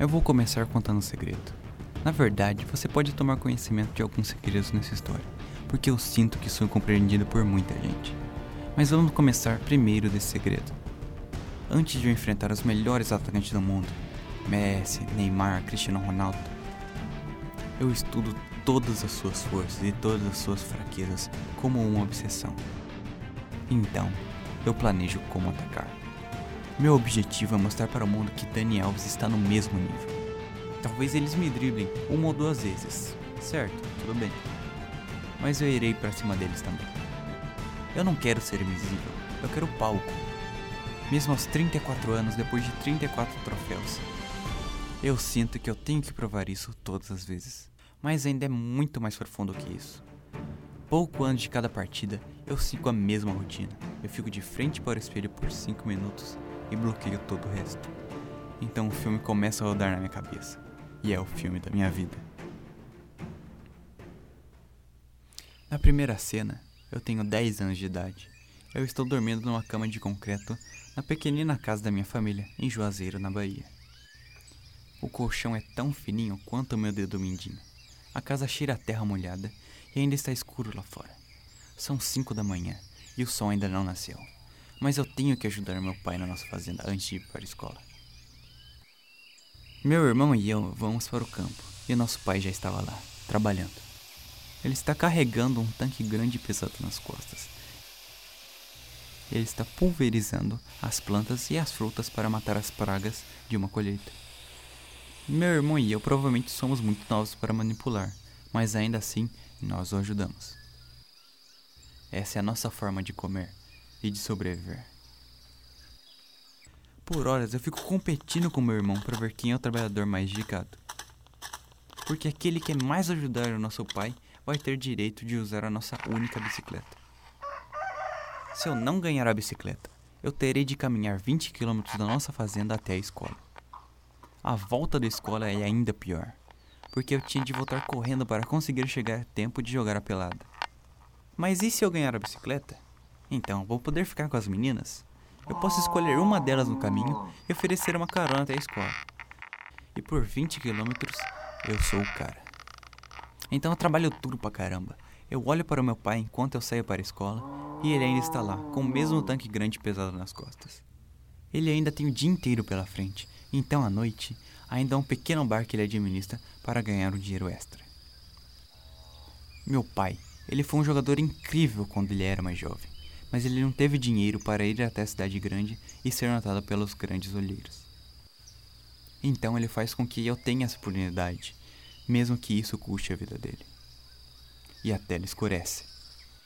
Eu vou começar contando um segredo. Na verdade, você pode tomar conhecimento de alguns segredos nessa história, porque eu sinto que sou compreendido por muita gente. Mas vamos começar primeiro desse segredo. Antes de eu enfrentar os melhores atacantes do mundo, Messi, Neymar, Cristiano Ronaldo, eu estudo todas as suas forças e todas as suas fraquezas como uma obsessão. Então, eu planejo como atacar. Meu objetivo é mostrar para o mundo que Dani Alves está no mesmo nível. Talvez eles me driblem uma ou duas vezes, certo? Tudo bem. Mas eu irei para cima deles também. Eu não quero ser invisível, eu quero palco. Mesmo aos 34 anos, depois de 34 troféus, eu sinto que eu tenho que provar isso todas as vezes. Mas ainda é muito mais profundo que isso. Pouco antes de cada partida, eu sigo a mesma rotina. Eu fico de frente para o espelho por 5 minutos e bloqueio todo o resto. Então o filme começa a rodar na minha cabeça. E é o filme da minha vida. Na primeira cena, eu tenho 10 anos de idade. Eu estou dormindo numa cama de concreto na pequenina casa da minha família, em Juazeiro, na Bahia. O colchão é tão fininho quanto o meu dedo mindinho. A casa cheira a terra molhada e ainda está escuro lá fora. São 5 da manhã e o sol ainda não nasceu. Mas eu tenho que ajudar meu pai na nossa fazenda antes de ir para a escola. Meu irmão e eu vamos para o campo e nosso pai já estava lá, trabalhando. Ele está carregando um tanque grande e pesado nas costas. Ele está pulverizando as plantas e as frutas para matar as pragas de uma colheita. Meu irmão e eu provavelmente somos muito novos para manipular, mas ainda assim nós o ajudamos. Essa é a nossa forma de comer e de sobreviver. Por horas eu fico competindo com meu irmão para ver quem é o trabalhador mais dedicado. Porque aquele que mais ajudar o nosso pai vai ter direito de usar a nossa única bicicleta. Se eu não ganhar a bicicleta, eu terei de caminhar 20 km da nossa fazenda até a escola. A volta da escola é ainda pior, porque eu tinha de voltar correndo para conseguir chegar a tempo de jogar a pelada. Mas e se eu ganhar a bicicleta? Então, vou poder ficar com as meninas? Eu posso escolher uma delas no caminho e oferecer uma carona até a escola. E por 20 km, eu sou o cara. Então eu trabalho duro pra caramba. Eu olho para o meu pai enquanto eu saio para a escola e ele ainda está lá, com o mesmo tanque grande e pesado nas costas. Ele ainda tem o dia inteiro pela frente, então à noite ainda há um pequeno bar que ele administra para ganhar um dinheiro extra. Meu pai, ele foi um jogador incrível quando ele era mais jovem, mas ele não teve dinheiro para ir até a cidade grande e ser notado pelos grandes olheiros. Então ele faz com que eu tenha essa oportunidade, mesmo que isso custe a vida dele. E a tela escurece.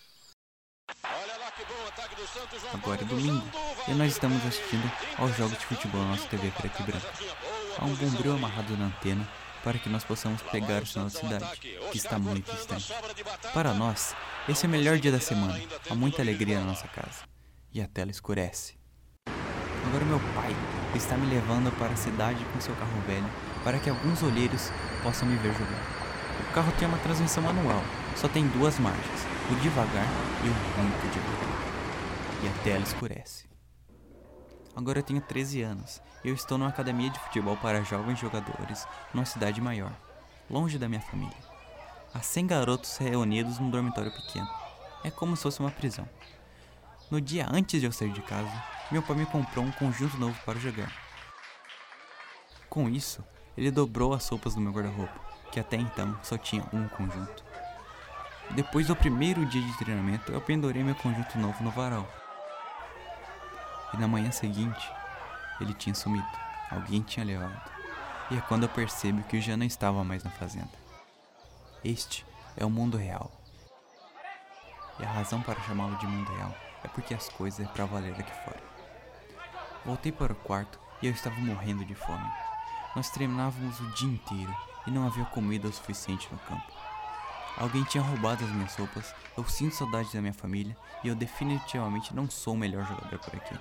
Agora é domingo e nós estamos assistindo aos jogos de futebol na nossa TV preta e branca. Há um bombril amarrado na antena para que nós possamos pegar o sinal da cidade, que está muito distante. Para nós, esse é o melhor dia da semana, há muita alegria na nossa casa. E a tela escurece. Agora meu pai está me levando para a cidade com seu carro velho para que alguns olheiros possam me ver jogar. O carro tem uma transmissão manual, só tem 2 marchas, o devagar e o muito devagar. E a tela escurece. Agora eu tenho 13 anos e eu estou numa academia de futebol para jovens jogadores numa cidade maior, longe da minha família. Há 100 garotos reunidos num dormitório pequeno. É como se fosse uma prisão. No dia antes de eu sair de casa, meu pai me comprou um conjunto novo para jogar. Com isso, ele dobrou as roupas do meu guarda-roupa, que até então só tinha um conjunto. Depois do primeiro dia de treinamento, eu pendurei meu conjunto novo no varal. E na manhã seguinte, ele tinha sumido. Alguém tinha levado. E é quando eu percebo que eu já não estava mais na fazenda. Este é o mundo real. E a razão para chamá-lo de mundo real é porque as coisas é pra valer aqui fora. Voltei para o quarto e eu estava morrendo de fome. Nós treinávamos o dia inteiro e não havia comida o suficiente no campo. Alguém tinha roubado as minhas roupas, eu sinto saudade da minha família e eu definitivamente não sou o melhor jogador por aqui.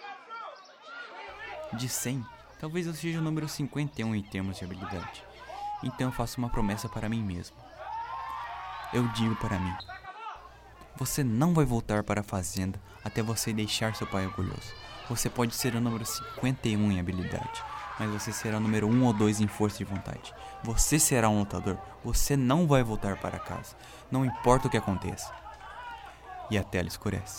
De 100, talvez eu seja o número 51 em termos de habilidade. Então eu faço uma promessa para mim mesmo. Eu digo para mim: você não vai voltar para a fazenda até você deixar seu pai orgulhoso. Você pode ser o número 51 em habilidade, mas você será o número 1 ou 2 em força de vontade. Você será um lutador. Você não vai voltar para casa, não importa o que aconteça. E a tela escurece.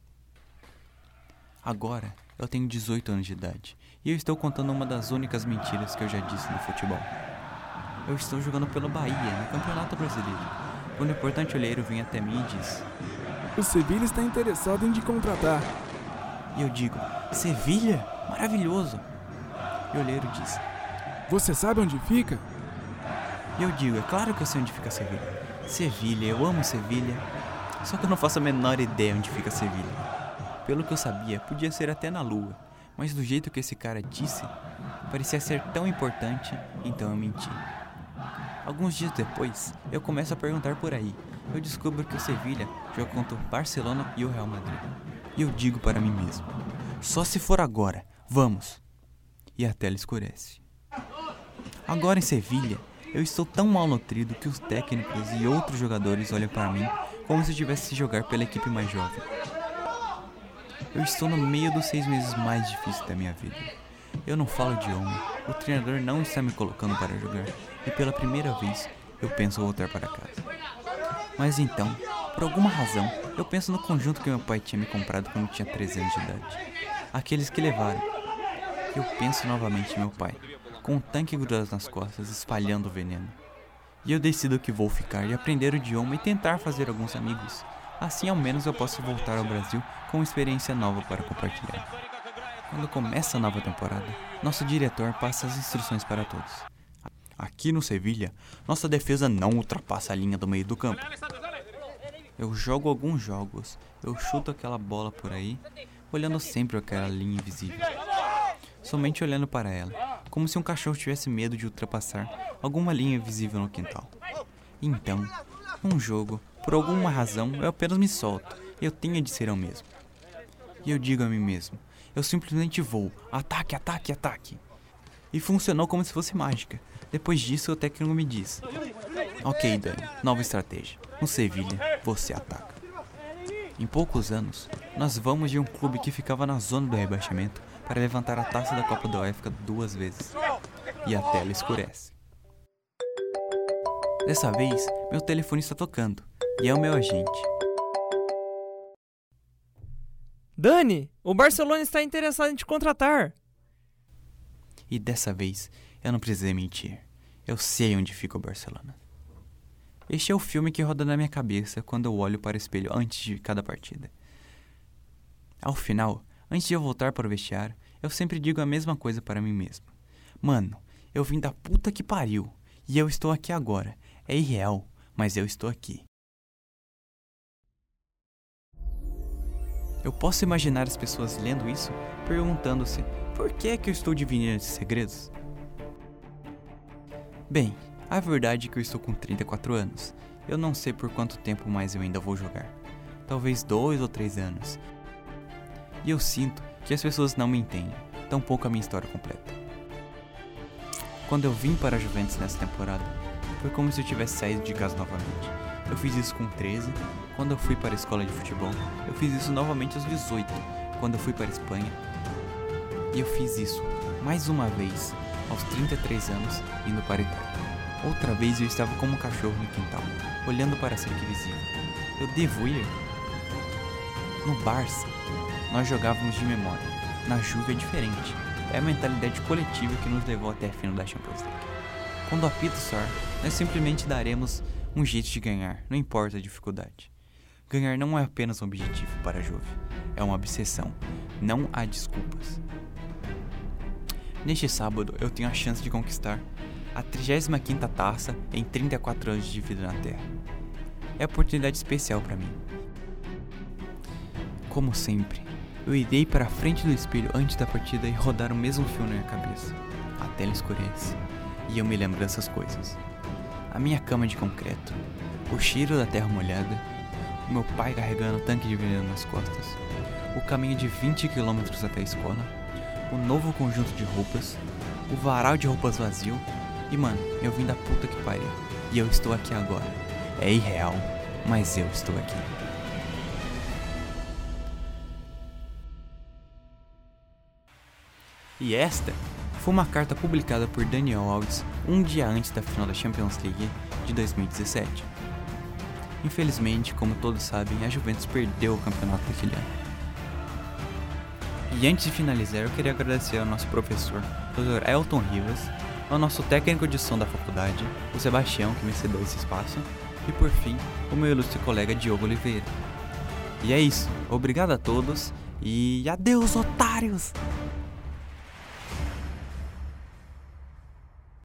Agora eu tenho 18 anos de idade e eu estou contando uma das únicas mentiras que eu já disse no futebol. Eu estou jogando pelo Bahia no Campeonato Brasileiro, quando o importante olheiro vem até mim e diz: o Sevilha está interessado em te contratar. E eu digo: Sevilha? Maravilhoso! E o olheiro diz: você sabe onde fica? E eu digo: é claro que eu sei onde fica Sevilha. Sevilha, eu amo Sevilha. Só que eu não faço a menor ideia onde fica Sevilha. Pelo que eu sabia, podia ser até na lua, mas do jeito que esse cara disse, parecia ser tão importante, então eu menti. Alguns dias depois, eu começo a perguntar por aí. Eu descubro que o Sevilha joga contra o Barcelona e o Real Madrid. E eu digo para mim mesmo: só se for agora, vamos! E a tela escurece. Agora em Sevilha, eu estou tão mal nutrido que os técnicos e outros jogadores olham para mim como se eu tivesse que jogar pela equipe mais jovem. Eu estou no meio dos 6 meses mais difíceis da minha vida. Eu não falo idioma, o treinador não está me colocando para jogar e pela primeira vez eu penso voltar para casa. Mas então, por alguma razão, eu penso no conjunto que meu pai tinha me comprado quando eu tinha 13 anos de idade. Aqueles que levaram. Eu penso novamente em meu pai, com um tanque grudado nas costas, espalhando veneno. E eu decido que vou ficar e aprender o idioma e tentar fazer alguns amigos. Assim ao menos eu posso voltar ao Brasil com uma experiência nova para compartilhar. Quando começa a nova temporada, nosso diretor passa as instruções para todos. Aqui no Sevilha, nossa defesa não ultrapassa a linha do meio do campo. Eu jogo alguns jogos, eu chuto aquela bola por aí, olhando sempre aquela linha invisível. Somente olhando para ela, como se um cachorro tivesse medo de ultrapassar alguma linha invisível no quintal. Então, num jogo, por alguma razão, eu apenas me solto, e eu tenho de ser eu mesmo. E eu digo a mim mesmo: eu simplesmente vou, ataque, ataque, ataque. E funcionou como se fosse mágica. Depois disso, o técnico me diz: ok, Dani, nova estratégia. No Sevilha, você ataca. Em poucos anos, nós vamos de um clube que ficava na zona do rebaixamento para levantar a taça da Copa da UEFA 2 vezes. E a tela escurece. Dessa vez, meu telefone está tocando, e é o meu agente. Dani, o Barcelona está interessado em te contratar. E dessa vez, eu não precisei mentir. Eu sei onde fica o Barcelona. Este é o filme que roda na minha cabeça quando eu olho para o espelho antes de cada partida. Ao final, antes de eu voltar para o vestiário, eu sempre digo a mesma coisa para mim mesmo. Mano, eu vim da puta que pariu, e eu estou aqui agora. É irreal, mas eu estou aqui. Eu posso imaginar as pessoas lendo isso, perguntando-se: por que é que eu estou dividindo esses segredos? Bem, a verdade é que eu estou com 34 anos. Eu não sei por quanto tempo mais eu ainda vou jogar. Talvez 2 ou 3 anos. E eu sinto que as pessoas não me entendem, tampouco a minha história completa. Quando eu vim para a Juventus nessa temporada, foi como se eu tivesse saído de casa novamente. Eu fiz isso com 13, quando eu fui para a escola de futebol. Eu fiz isso novamente aos 18, quando eu fui para a Espanha. E eu fiz isso, mais uma vez, aos 33 anos, indo para a Itália. Outra vez eu estava como um cachorro no quintal, olhando para a cerca invisível. Eu devo ir? No Barça, nós jogávamos de memória. Na Juve é diferente. É a mentalidade coletiva que nos levou até a final da Champions League. Quando o apito soar, nós simplesmente daremos um jeito de ganhar, não importa a dificuldade. Ganhar não é apenas um objetivo para a Juve, é uma obsessão. Não há desculpas. Neste sábado, eu tenho a chance de conquistar a 35ª taça em 34 anos de vida na Terra. É uma oportunidade especial para mim. Como sempre, eu irei para a frente do espelho antes da partida e rodar o mesmo filme na minha cabeça. A tela escurece e eu me lembro dessas coisas. A minha cama de concreto, o cheiro da terra molhada, o meu pai carregando o tanque de veneno nas costas, o caminho de 20 km até a escola, o novo conjunto de roupas, o varal de roupas vazio e mano, eu vim da puta que pariu e eu estou aqui agora. É irreal, mas eu estou aqui. E esta Foi uma carta publicada por Daniel Alves um dia antes da final da Champions League de 2017. Infelizmente, como todos sabem, a Juventus perdeu o campeonato daquele ano. E antes de finalizar, eu queria agradecer ao nosso professor, Dr. Elton Rivas, ao nosso técnico de som da faculdade, o Sebastião, que me cedeu esse espaço, e por fim, o meu ilustre colega Diogo Oliveira. E é isso, obrigado a todos e adeus, otários!